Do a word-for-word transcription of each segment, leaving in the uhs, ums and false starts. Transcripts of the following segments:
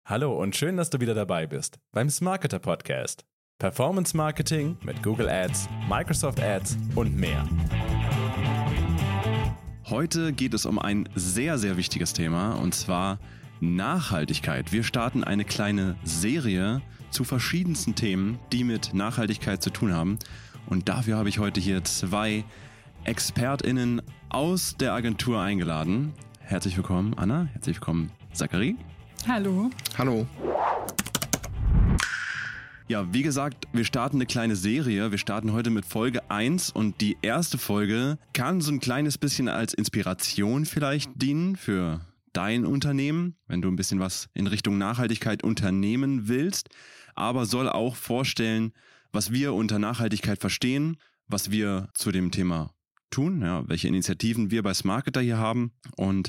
Hallo und schön, dass du wieder dabei bist beim Smarketer Podcast. Performance Marketing mit Google Ads, Microsoft Ads und mehr. Heute geht es um ein sehr, sehr wichtiges Thema und zwar Nachhaltigkeit. Wir starten eine kleine Serie zu verschiedensten Themen, die mit Nachhaltigkeit zu tun haben. Und dafür habe ich heute hier zwei ExpertInnen aus der Agentur eingeladen. Herzlich willkommen, Anna. Herzlich willkommen, Zachary. Hallo. Hallo. Ja, wie gesagt, wir starten eine kleine Serie. Wir starten heute mit Folge eins und die erste Folge kann so ein kleines bisschen als Inspiration vielleicht dienen für dein Unternehmen, wenn du ein bisschen was in Richtung Nachhaltigkeit unternehmen willst, aber soll auch vorstellen, was wir unter Nachhaltigkeit verstehen, was wir zu dem Thema tun, ja, welche Initiativen wir bei Smarketer hier haben. Und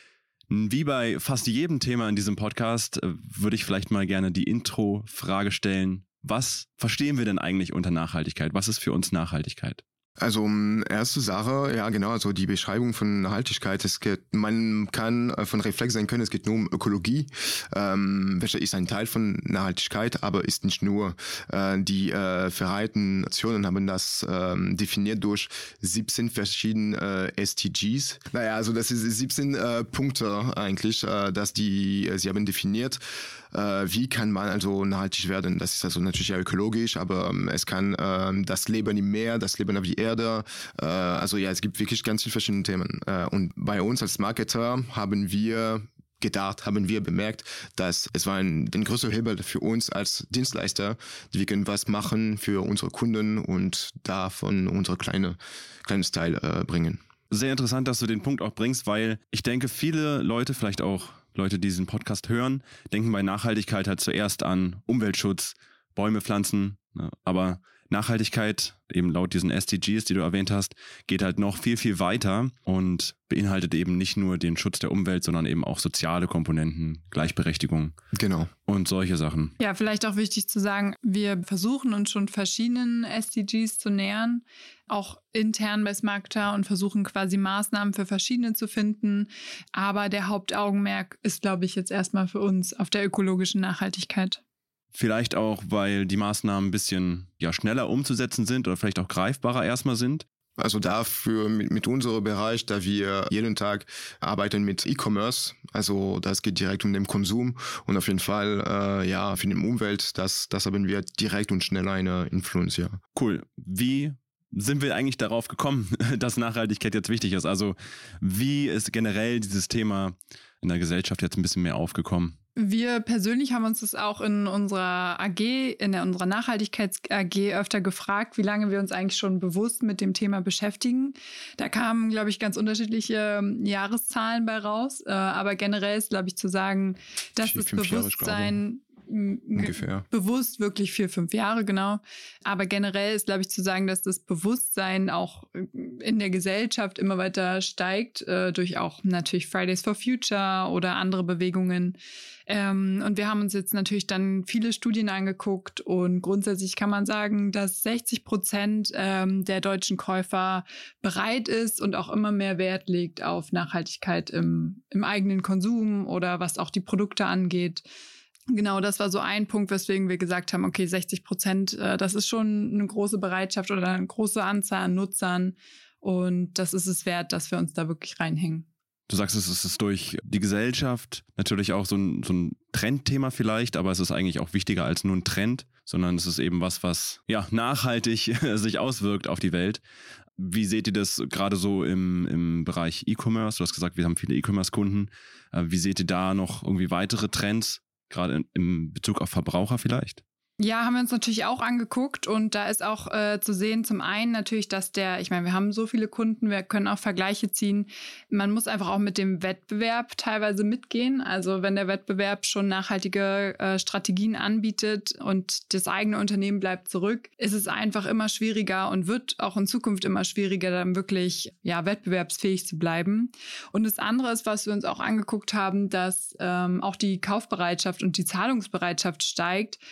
wie bei fast jedem Thema in diesem Podcast würde ich vielleicht mal gerne die Intro-Frage stellen. Was verstehen wir denn eigentlich unter Nachhaltigkeit? Was ist für uns Nachhaltigkeit? Also erste Sache, ja genau, also die Beschreibung von Nachhaltigkeit, es geht, man kann von Reflex sein können, es geht nur um Ökologie, ähm, welcher ist ein Teil von Nachhaltigkeit, aber ist nicht nur. Äh, die äh, Vereinten Nationen haben das ähm, definiert durch siebzehn verschiedene äh, S D Gs. Naja, also das ist siebzehn äh, Punkte eigentlich, äh, dass die, äh, sie haben definiert, äh, wie kann man also nachhaltig werden. Das ist also natürlich ja ökologisch, aber ähm, es kann äh, das Leben im Meer, das Leben auf die Erde, äh, also ja, es gibt wirklich ganz viele verschiedene Themen. Äh, und bei uns als Marketer haben wir gedacht, haben wir bemerkt, dass es war ein, ein größer Hebel für uns als Dienstleister, die wir können was machen für unsere Kunden und davon unsere kleine, kleines Teil äh, bringen. Sehr interessant, dass du den Punkt auch bringst, weil ich denke, viele Leute, vielleicht auch Leute, die diesen Podcast hören, denken bei Nachhaltigkeit halt zuerst an Umweltschutz, Bäume pflanzen, ne? Aber Nachhaltigkeit, eben laut diesen S D Gs, die du erwähnt hast, geht halt noch viel, viel weiter und beinhaltet eben nicht nur den Schutz der Umwelt, sondern eben auch soziale Komponenten, Gleichberechtigung. Genau. Und solche Sachen. Ja, vielleicht auch wichtig zu sagen, wir versuchen uns schon verschiedenen S D Gs zu nähern, auch intern bei Smarketer und versuchen quasi Maßnahmen für verschiedene zu finden. Aber der Hauptaugenmerk ist, glaube ich, jetzt erstmal für uns auf der ökologischen Nachhaltigkeit. Vielleicht auch, weil die Maßnahmen ein bisschen ja, schneller umzusetzen sind oder vielleicht auch greifbarer erstmal sind. Also dafür mit, mit unserem Bereich, da wir jeden Tag arbeiten mit E-Commerce, also das geht direkt um den Konsum und auf jeden Fall äh, ja für die Umwelt, das, das haben wir direkt und schnell eine Influence, ja. Cool. Wie sind wir eigentlich darauf gekommen, dass Nachhaltigkeit jetzt wichtig ist? Also wie ist generell dieses Thema in der Gesellschaft jetzt ein bisschen mehr aufgekommen? Wir persönlich haben uns das auch in unserer A G, in der, unserer Nachhaltigkeits-A G öfter gefragt, wie lange wir uns eigentlich schon bewusst mit dem Thema beschäftigen. Da kamen, glaube ich, ganz unterschiedliche Jahreszahlen bei raus. Aber generell ist, glaube ich, zu sagen, dass Vier, das fünf Jahre, Bewusstsein ungefähr bewusst wirklich vier, fünf Jahre, genau. Aber generell ist, glaube ich, zu sagen, dass das Bewusstsein auch in der Gesellschaft immer weiter steigt, äh, durch auch natürlich Fridays for Future oder andere Bewegungen. Ähm, und wir haben uns jetzt natürlich dann viele Studien angeguckt und grundsätzlich kann man sagen, dass sechzig Prozent ähm, der deutschen Käufer bereit ist und auch immer mehr Wert legt auf Nachhaltigkeit im, im eigenen Konsum oder was auch die Produkte angeht. Genau, das war so ein Punkt, weswegen wir gesagt haben, okay, sechzig Prozent, äh, das ist schon eine große Bereitschaft oder eine große Anzahl an Nutzern und das ist es wert, dass wir uns da wirklich reinhängen. Du sagst, es ist durch die Gesellschaft natürlich auch so ein, so ein Trendthema vielleicht, aber es ist eigentlich auch wichtiger als nur ein Trend, sondern es ist eben was, was ja nachhaltig sich auswirkt auf die Welt. Wie seht ihr das gerade so im, im Bereich E-Commerce? Du hast gesagt, wir haben viele E-Commerce-Kunden. Wie seht ihr da noch irgendwie weitere Trends? Gerade in, in Bezug auf Verbraucher vielleicht? Ja, haben wir uns natürlich auch angeguckt und da ist auch äh, zu sehen, zum einen natürlich, dass der, ich meine, wir haben so viele Kunden, wir können auch Vergleiche ziehen. Man muss einfach auch mit dem Wettbewerb teilweise mitgehen. Also wenn der Wettbewerb schon nachhaltige äh, Strategien anbietet und das eigene Unternehmen bleibt zurück, ist es einfach immer schwieriger und wird auch in Zukunft immer schwieriger, dann wirklich ja wettbewerbsfähig zu bleiben. Und das andere ist, was wir uns auch angeguckt haben, dass ähm, auch die Kaufbereitschaft und die Zahlungsbereitschaft steigt, wenn wirklich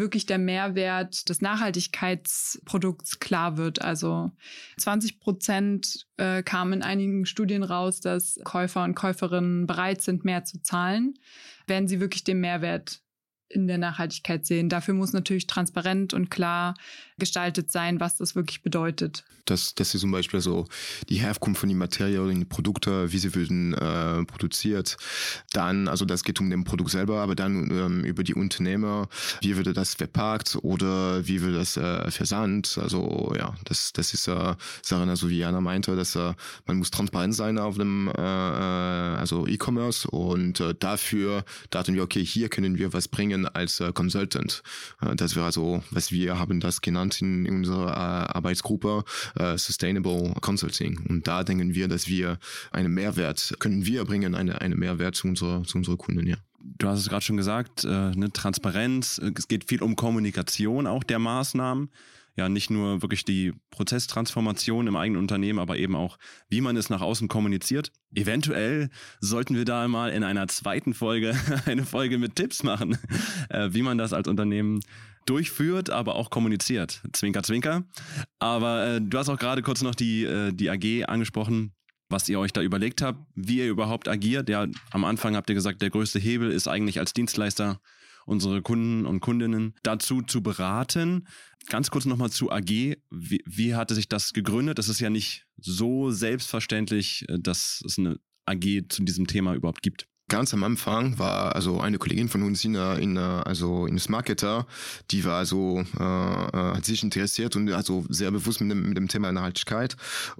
wirklich der Mehrwert des Nachhaltigkeitsprodukts klar wird. Also zwanzig Prozent äh, kam in einigen Studien raus, dass Käufer und Käuferinnen bereit sind, mehr zu zahlen, wenn sie wirklich den Mehrwert in der Nachhaltigkeit sehen. Dafür muss natürlich transparent und klar gestaltet sein, was das wirklich bedeutet. Das, das ist zum Beispiel so die Herkunft von den Materialien, die Produkte, wie sie werden äh, produziert. Dann, also das geht um den Produkt selber, aber dann ähm, über die Unternehmer, wie wird das verpackt oder wie wird das äh, versandt. Also ja, das, das ist äh, Sachen, also wie Jana meinte, dass äh, man muss transparent sein auf dem äh, also E-Commerce und äh, dafür dachten wir, okay, hier können wir was bringen als äh, Consultant. Äh, das wäre also, was wir haben das genannt in, in unserer äh, Arbeitsgruppe, äh, Sustainable Consulting. Und da denken wir, dass wir einen Mehrwert, können wir bringen, eine, eine Mehrwert zu unserer, zu unserer Kunden, ja. Du hast es gerade schon gesagt, äh, ne, Transparenz, es geht viel um Kommunikation auch der Maßnahmen. Ja, nicht nur wirklich die Prozesstransformation im eigenen Unternehmen, aber eben auch, wie man es nach außen kommuniziert. Eventuell sollten wir da mal in einer zweiten Folge eine Folge mit Tipps machen, äh, wie man das als Unternehmen durchführt, aber auch kommuniziert. Zwinker, zwinker. Aber äh, du hast auch gerade kurz noch die, äh, die A G angesprochen, was ihr euch da überlegt habt, wie ihr überhaupt agiert. Ja, am Anfang habt ihr gesagt, der größte Hebel ist eigentlich als Dienstleister unsere Kunden und Kundinnen dazu zu beraten. Ganz kurz nochmal zu A G. Wie, wie hatte sich das gegründet? Das ist ja nicht so selbstverständlich, dass es eine A G zu diesem Thema überhaupt gibt. Ganz am Anfang war also eine Kollegin von uns in, in also in das Marketer, die war also äh, hat sich interessiert und also sehr bewusst mit dem, mit dem Thema Nachhaltigkeit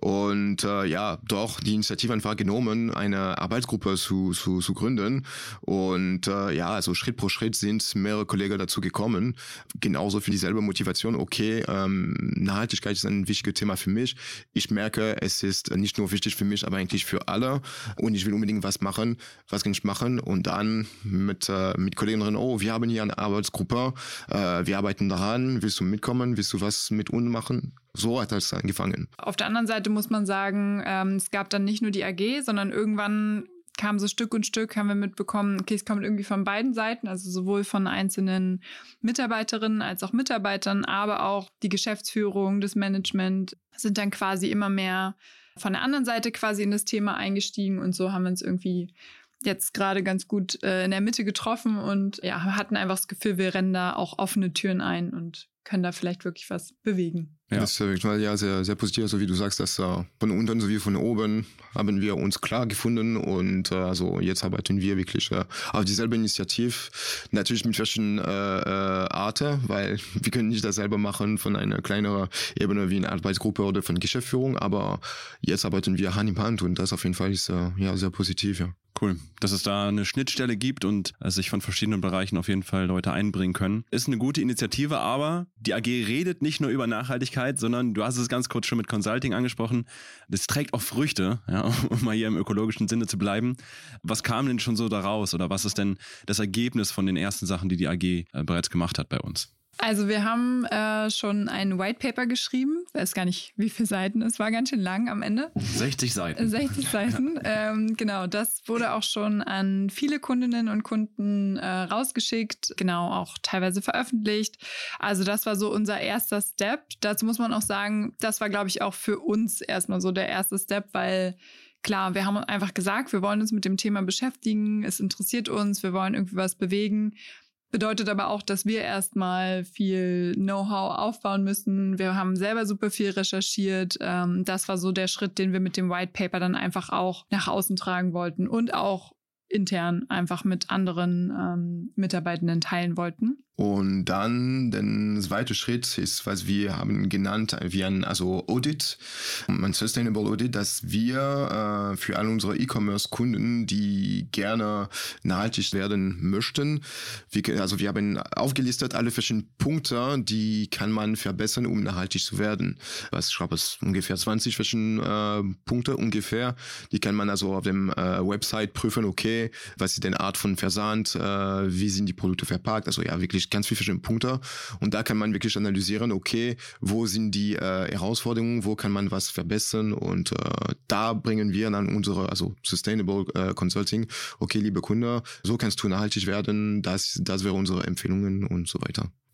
und äh, ja doch die Initiative einfach genommen, eine Arbeitsgruppe zu zu, zu gründen und äh, ja also Schritt pro Schritt sind mehrere Kollegen dazu gekommen, genauso für dieselbe Motivation. Okay, ähm, Nachhaltigkeit ist ein wichtiges Thema für mich. Ich merke, es ist nicht nur wichtig für mich, aber eigentlich für alle und ich will unbedingt was machen, was kann ich machen und dann mit, äh, mit Kolleginnen, oh, wir haben hier eine Arbeitsgruppe, äh, wir arbeiten daran, willst du mitkommen, willst du was mit uns machen? So hat das angefangen. Auf der anderen Seite muss man sagen, ähm, es gab dann nicht nur die A G, sondern irgendwann kam so Stück und Stück, haben wir mitbekommen, okay, es kommt irgendwie von beiden Seiten, also sowohl von einzelnen Mitarbeiterinnen als auch Mitarbeitern, aber auch die Geschäftsführung, das Management sind dann quasi immer mehr von der anderen Seite quasi in das Thema eingestiegen und so haben wir uns irgendwie jetzt gerade ganz gut äh, in der Mitte getroffen und ja, hatten einfach das Gefühl, wir rennen da auch offene Türen ein und können da vielleicht wirklich was bewegen. Ja. Das ist wirklich mal ja, sehr, sehr positiv, so wie du sagst, dass uh, von unten sowie von oben haben wir uns klar gefunden und uh, also jetzt arbeiten wir wirklich uh, auf dieselbe Initiative, natürlich mit verschiedenen uh, uh, Arten, weil wir können nicht das selber machen von einer kleineren Ebene wie eine Arbeitsgruppe oder von Geschäftsführung, aber jetzt arbeiten wir Hand in Hand und das auf jeden Fall ist uh, ja, sehr positiv, ja. Cool, dass es da eine Schnittstelle gibt und äh, sich von verschiedenen Bereichen auf jeden Fall Leute einbringen können. Ist eine gute Initiative, aber die A G redet nicht nur über Nachhaltigkeit, sondern du hast es ganz kurz schon mit Consulting angesprochen. Das trägt auch Früchte, ja, um mal hier im ökologischen Sinne zu bleiben. Was kam denn schon so daraus oder was ist denn das Ergebnis von den ersten Sachen, die die A G äh, bereits gemacht hat bei uns? Also wir haben äh, schon ein White Paper geschrieben. Ich weiß gar nicht, wie viele Seiten. Es war ganz schön lang am Ende. sechzig Seiten. sechzig Seiten, ähm, genau. Das wurde auch schon an viele Kundinnen und Kunden äh, rausgeschickt. Genau, auch teilweise veröffentlicht. Also das war so unser erster Step. Dazu muss man auch sagen, das war, glaube ich, auch für uns erstmal so der erste Step, weil klar, wir haben einfach gesagt, wir wollen uns mit dem Thema beschäftigen. Es interessiert uns, wir wollen irgendwie was bewegen. Bedeutet aber auch, dass wir erstmal viel Know-how aufbauen müssen. Wir haben selber super viel recherchiert. Ähm, das war so der Schritt, den wir mit dem White Paper dann einfach auch nach außen tragen wollten und auch intern einfach mit anderen ähm, Mitarbeitenden teilen wollten. Und dann der zweite Schritt ist, was wir haben genannt, wie ein also Audit, ein Sustainable Audit, dass wir äh, für alle unsere E-Commerce-Kunden, die gerne nachhaltig werden möchten, wir, also wir haben aufgelistet alle verschiedenen Punkte, die kann man verbessern, um nachhaltig zu werden. Was ich glaube, es ungefähr zwanzig verschiedene äh, Punkte ungefähr, die kann man also auf dem äh, Website prüfen, okay, was ist denn Art von Versand, äh, wie sind die Produkte verpackt, also ja wirklich ganz viele verschiedene Punkte und da kann man wirklich analysieren, okay, wo sind die äh, Herausforderungen, wo kann man was verbessern und äh, da bringen wir dann unsere, also Sustainable äh, Consulting, okay, liebe Kunde, so kannst du nachhaltig werden, das, das wäre unsere Empfehlungen und so weiter.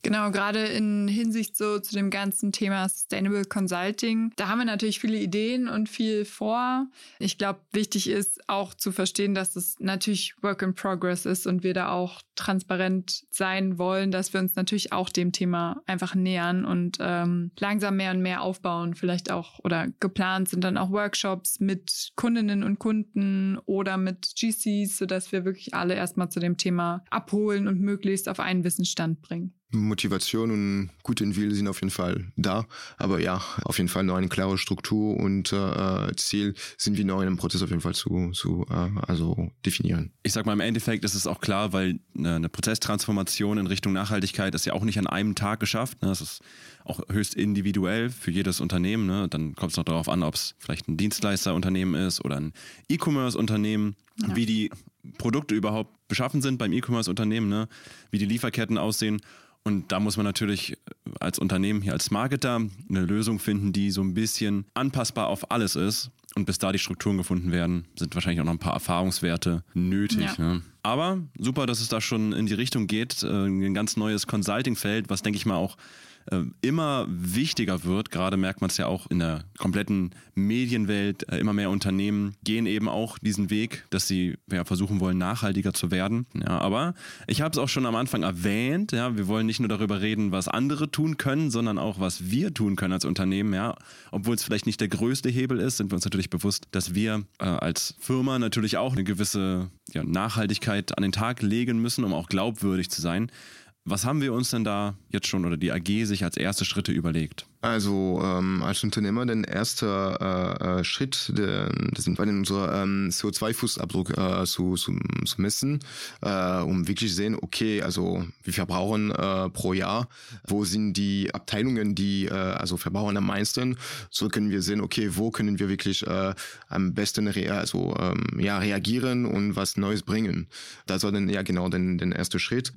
Genau, gerade in Hinsicht so zu dem ganzen Thema Sustainable Consulting, da haben wir natürlich viele Ideen und viel vor. Ich glaube, wichtig ist auch zu verstehen, dass es natürlich Work in Progress ist und wir da auch transparent sein wollen, dass wir uns natürlich auch dem Thema einfach nähern und ähm, langsam mehr und mehr aufbauen. Vielleicht auch, oder geplant sind dann auch Workshops mit Kundinnen und Kunden oder mit G Cs, sodass wir wirklich alle erstmal zu dem Thema abholen und möglichst auf einen Wissensstand bringen. Motivation und guten Wille sind auf jeden Fall da, aber ja, auf jeden Fall noch eine klare Struktur und äh, Ziel sind wir noch in einem Prozess auf jeden Fall zu, zu äh, also definieren. Ich sag mal, im Endeffekt ist es auch klar, weil eine, eine Prozesstransformation in Richtung Nachhaltigkeit ist ja auch nicht an einem Tag geschafft. Ne? Das ist auch höchst individuell für jedes Unternehmen. Ne? Dann kommt es noch darauf an, ob es vielleicht ein Dienstleisterunternehmen ist oder ein E-Commerce-Unternehmen, ja. Wie die Produkte überhaupt beschaffen sind beim E-Commerce-Unternehmen, ne? Wie die Lieferketten aussehen. Und da muss man natürlich als Unternehmen hier als Marketer eine Lösung finden, die so ein bisschen anpassbar auf alles ist. Und bis da die Strukturen gefunden werden, sind wahrscheinlich auch noch ein paar Erfahrungswerte nötig. Ja. Ne? Aber super, dass es da schon in die Richtung geht. Ein ganz neues Consulting-Feld, was, denke ich mal, auch immer wichtiger wird. Gerade merkt man es ja auch in der kompletten Medienwelt. Immer mehr Unternehmen gehen eben auch diesen Weg, dass sie ja, versuchen wollen, nachhaltiger zu werden. Ja, aber ich habe es auch schon am Anfang erwähnt. Ja, wir wollen nicht nur darüber reden, was andere tun können, sondern auch, was wir tun können als Unternehmen. Ja, obwohl es vielleicht nicht der größte Hebel ist, sind wir uns natürlich bewusst, dass wir äh, als Firma natürlich auch eine gewisse ja, Nachhaltigkeit an den Tag legen müssen, um auch glaubwürdig zu sein. Was haben wir uns denn da jetzt schon oder die A G sich als erste Schritte überlegt? Also ähm, als Unternehmer, der erste äh, Schritt, der, das sind bei unser ähm, C O zwei Fußabdruck äh, zu, zu, zu messen, äh, um wirklich zu sehen, okay, also wir verbrauchen äh, pro Jahr, wo sind die Abteilungen, die äh, also verbrauchen am meisten, so können wir sehen, okay, wo können wir wirklich äh, am besten rea- also, ähm, ja, reagieren und was Neues bringen. Das war dann ja genau den, den erste Schritt.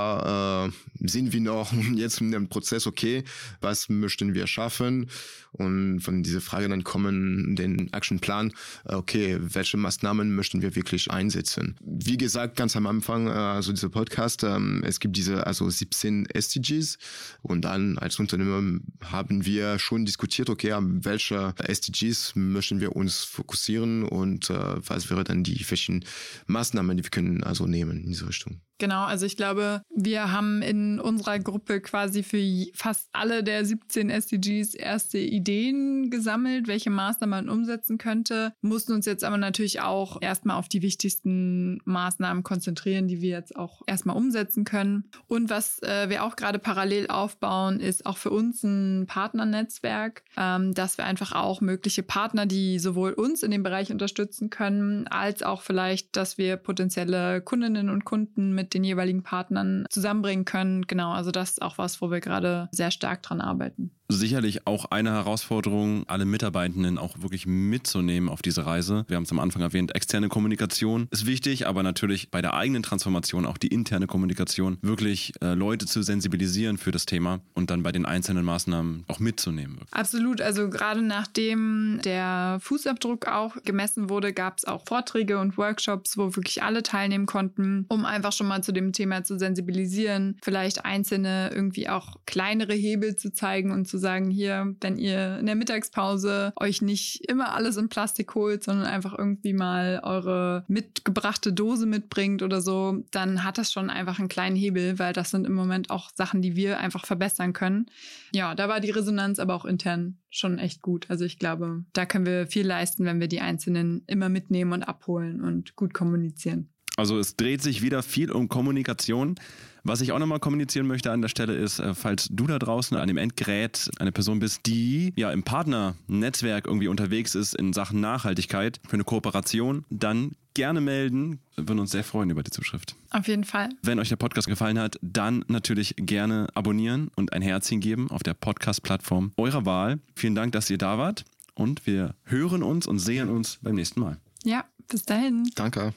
Da äh, sind wir noch jetzt in dem Prozess, okay, was möchten wir schaffen, und von dieser Frage dann kommen den Actionplan, okay, welche Maßnahmen möchten wir wirklich einsetzen. Wie gesagt, ganz am Anfang, also dieser Podcast, es gibt diese also siebzehn S D Gs und dann als Unternehmer haben wir schon diskutiert, okay, an welche S D Gs möchten wir uns fokussieren und was wäre dann die verschiedenen Maßnahmen, die wir können also nehmen in diese Richtung. Genau, also ich glaube, wir haben in unserer Gruppe quasi für fast alle der siebzehn S D Gs erste Ideen gesammelt, welche Maßnahmen man umsetzen könnte, mussten uns jetzt aber natürlich auch erstmal auf die wichtigsten Maßnahmen konzentrieren, die wir jetzt auch erstmal umsetzen können. Und was äh, wir auch gerade parallel aufbauen, ist auch für uns ein Partnernetzwerk, ähm, dass wir einfach auch mögliche Partner, die sowohl uns in dem Bereich unterstützen können, als auch vielleicht, dass wir potenzielle Kundinnen und Kunden mit den jeweiligen Partnern zusammenbringen können. Genau, also das ist auch was, wo wir gerade sehr stark dran arbeiten. Sicherlich auch eine Herausforderung, alle Mitarbeitenden auch wirklich mitzunehmen auf diese Reise. Wir haben es am Anfang erwähnt, externe Kommunikation ist wichtig, aber natürlich bei der eigenen Transformation auch die interne Kommunikation, wirklich äh, Leute zu sensibilisieren für das Thema und dann bei den einzelnen Maßnahmen auch mitzunehmen. Wirklich. Absolut, also gerade nachdem der Fußabdruck auch gemessen wurde, gab es auch Vorträge und Workshops, wo wirklich alle teilnehmen konnten, um einfach schon mal zu dem Thema zu sensibilisieren, vielleicht einzelne irgendwie auch kleinere Hebel zu zeigen und zu sagen, hier, wenn ihr in der Mittagspause euch nicht immer alles in Plastik holt, sondern einfach irgendwie mal eure mitgebrachte Dose mitbringt oder so, dann hat das schon einfach einen kleinen Hebel, weil das sind im Moment auch Sachen, die wir einfach verbessern können. Ja, da war die Resonanz aber auch intern schon echt gut. Also ich glaube, da können wir viel leisten, wenn wir die Einzelnen immer mitnehmen und abholen und gut kommunizieren. Also es dreht sich wieder viel um Kommunikation. Was ich auch nochmal kommunizieren möchte an der Stelle ist, falls du da draußen an dem Endgerät eine Person bist, die ja im Partnernetzwerk irgendwie unterwegs ist in Sachen Nachhaltigkeit für eine Kooperation, dann gerne melden. Wir würden uns sehr freuen über die Zuschrift. Auf jeden Fall. Wenn euch der Podcast gefallen hat, dann natürlich gerne abonnieren und ein Herzchen geben auf der Podcast-Plattform eurer Wahl. Vielen Dank, dass ihr da wart und wir hören uns und sehen uns beim nächsten Mal. Ja, bis dahin. Danke.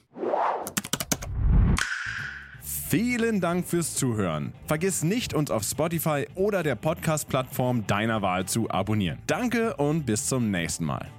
Vielen Dank fürs Zuhören. Vergiss nicht, uns auf Spotify oder der Podcast-Plattform deiner Wahl zu abonnieren. Danke und bis zum nächsten Mal.